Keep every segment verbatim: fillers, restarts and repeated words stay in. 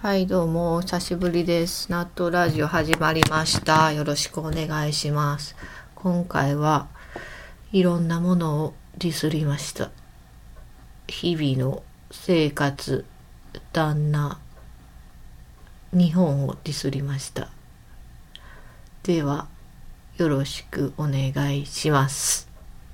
はい、どうもお久しぶりです。納豆ラジオ始まりました。よろしくお願いします。今回はいろんなものをディスりました。日々の生活、旦那、日本をディスりました。ではよろしくお願いします。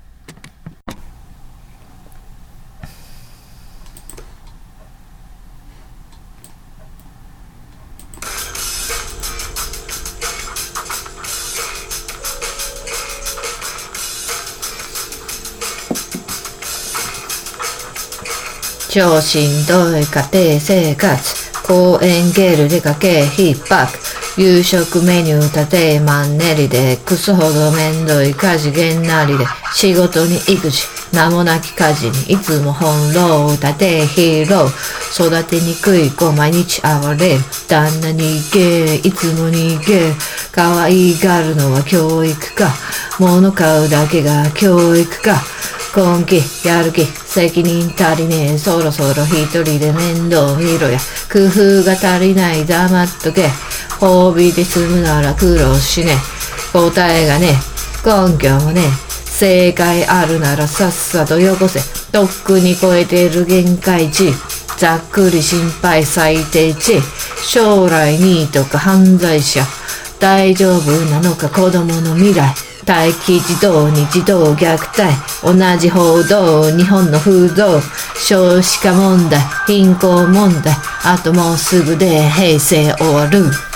超しんどい家庭生活、公園ゲールで家計逼迫、夕食メニュー立てマンネリでクソほどめんどい家事げんなりで、仕事に育児名もなき家事にいつも翻弄立てヒーロー、育てにくい子毎日哀れる、旦那逃げいつも逃げ、可愛がるのは教育か、物買うだけが教育か、根気やる気責任足りねえ、そろそろ一人で面倒見ろや、工夫が足りない黙っとけ、褒美で済むなら苦労しねえ、答えがねえ根拠もねえ、正解あるならさっさとよこせ、とっくに超えてる限界値、ざっくり心配最低値、将来ニートか犯罪者、大丈夫なのか子供の未来、待機児童に児童虐待、同じ報道日本の風土、少子化問題貧困問題、あともうすぐで平成終わる。